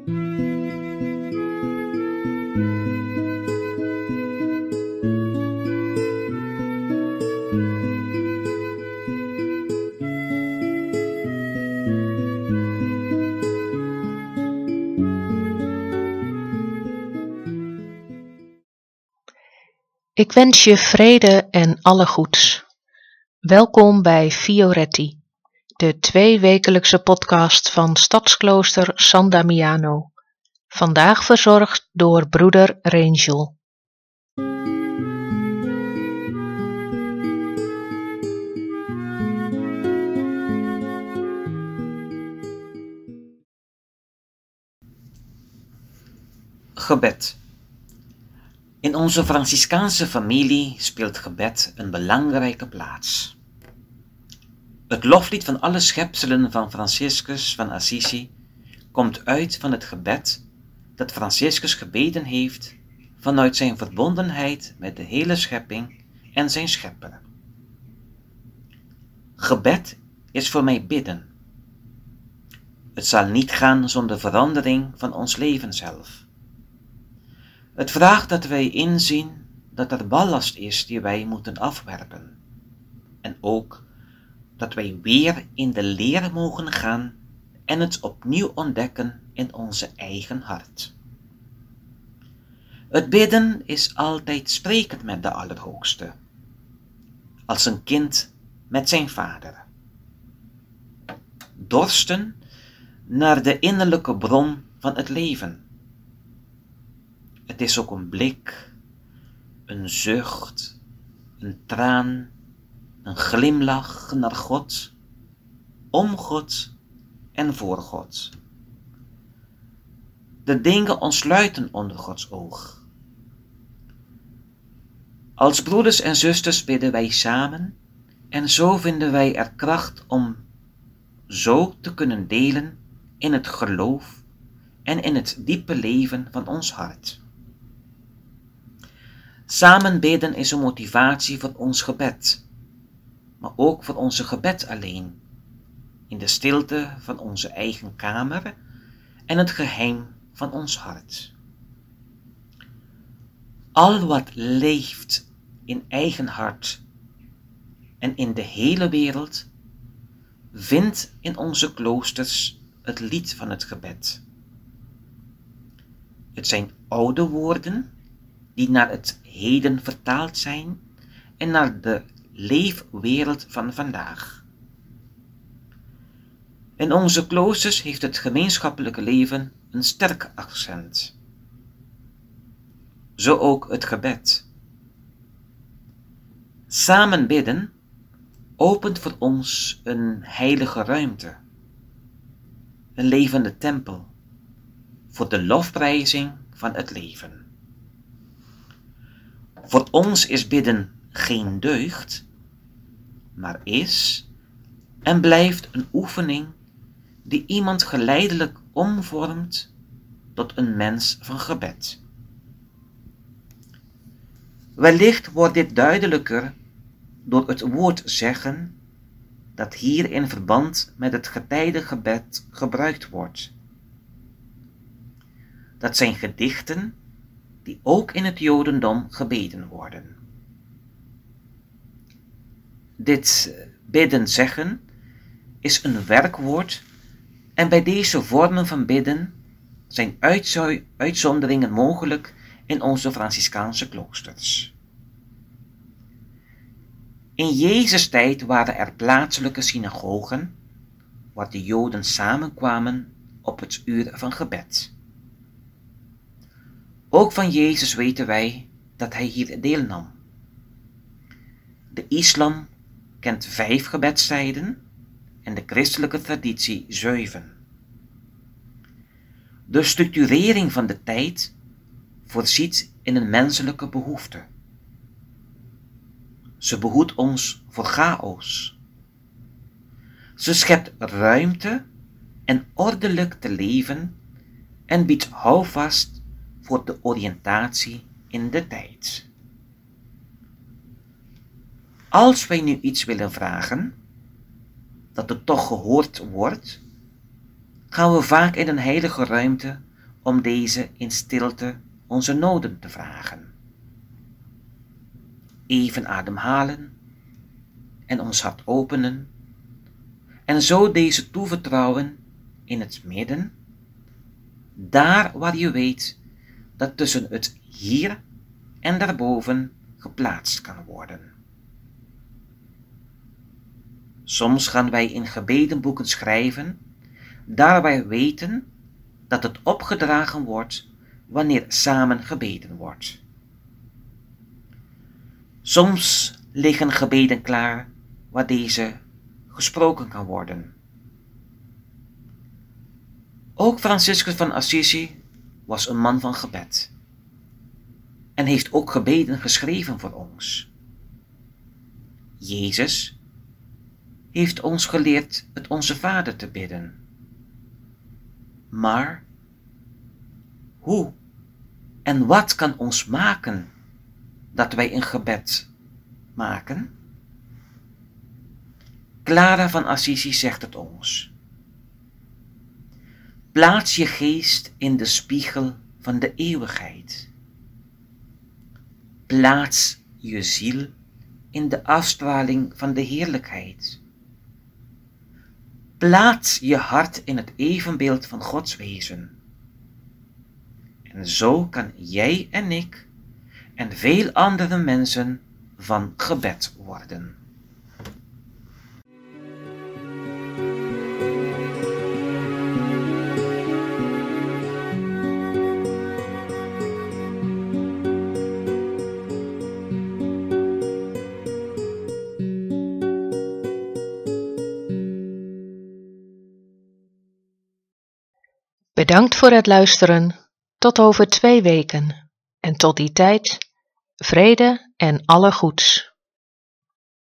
Ik wens je vrede en alle goeds. Welkom bij Fioretti, de 2-wekelijkse podcast van Stadsklooster San Damiano. Vandaag verzorgd door broeder Rangel. Gebed. In onze Franciscaanse familie speelt gebed een belangrijke plaats. Het loflied van alle schepselen van Franciscus van Assisi komt uit van het gebed dat Franciscus gebeden heeft vanuit zijn verbondenheid met de hele schepping en zijn schepper. Gebed is voor mij bidden. Het zal niet gaan zonder verandering van ons leven zelf. Het vraagt dat wij inzien dat er ballast is die wij moeten afwerpen. En ook dat wij weer in de leer mogen gaan en het opnieuw ontdekken in onze eigen hart. Het bidden is altijd spreken met de Allerhoogste, als een kind met zijn vader. Dorsten naar de innerlijke bron van het leven. Het is ook een blik, een zucht, een traan, een glimlach naar God, om God en voor God. De dingen ontsluiten onder Gods oog. Als broeders en zusters bidden wij samen en zo vinden wij er kracht om zo te kunnen delen in het geloof en in het diepe leven van ons hart. Samen bidden is een motivatie voor ons gebed, maar ook voor onze gebed alleen, in de stilte van onze eigen kamer en het geheim van ons hart. Al wat leeft in eigen hart en in de hele wereld, vindt in onze kloosters het lied van het gebed. Het zijn oude woorden die naar het heden vertaald zijn en naar de leefwereld van vandaag. In onze kloosters heeft het gemeenschappelijke leven een sterk accent. Zo ook het gebed. Samen bidden opent voor ons een heilige ruimte, een levende tempel, voor de lofprijzing van het leven. Voor ons is bidden geen deugd, maar is en blijft een oefening die iemand geleidelijk omvormt tot een mens van gebed. Wellicht wordt dit duidelijker door het woord zeggen dat hier in verband met het getijdengebed gebruikt wordt. Dat zijn gedichten die ook in het Jodendom gebeden worden. Dit bidden zeggen is een werkwoord en bij deze vormen van bidden zijn uitzonderingen mogelijk in onze Franciscaanse kloosters. In Jezus' tijd waren er plaatselijke synagogen waar de Joden samenkwamen op het uur van gebed. Ook van Jezus weten wij dat hij hier deelnam. De islam kent 5 gebedstijden en de christelijke traditie 7. De structurering van de tijd voorziet in een menselijke behoefte. Ze behoedt ons voor chaos. Ze schept ruimte en ordelijk te leven en biedt houvast voor de oriëntatie in de tijd. Als wij nu iets willen vragen, dat het toch gehoord wordt, gaan we vaak in een heilige ruimte om deze in stilte onze noden te vragen. Even ademhalen en ons hart openen en zo deze toevertrouwen in het midden, daar waar je weet dat tussen het hier en daarboven geplaatst kan worden. Soms gaan wij in gebedenboeken schrijven, daar wij weten dat het opgedragen wordt wanneer samen gebeden wordt. Soms liggen gebeden klaar waar deze gesproken kan worden. Ook Franciscus van Assisi was een man van gebed en heeft ook gebeden geschreven voor ons. Jezus heeft ons geleerd het Onze Vader te bidden. Maar hoe en wat kan ons maken dat wij een gebed maken? Clara van Assisi zegt het ons. Plaats je geest in de spiegel van de eeuwigheid. Plaats je ziel in de afstraling van de heerlijkheid. Plaats je hart in het evenbeeld van Gods wezen. En zo kan jij en ik en veel andere mensen van gebed worden. Bedankt voor het luisteren. Tot over 2 weken. En tot die tijd, vrede en alle goeds.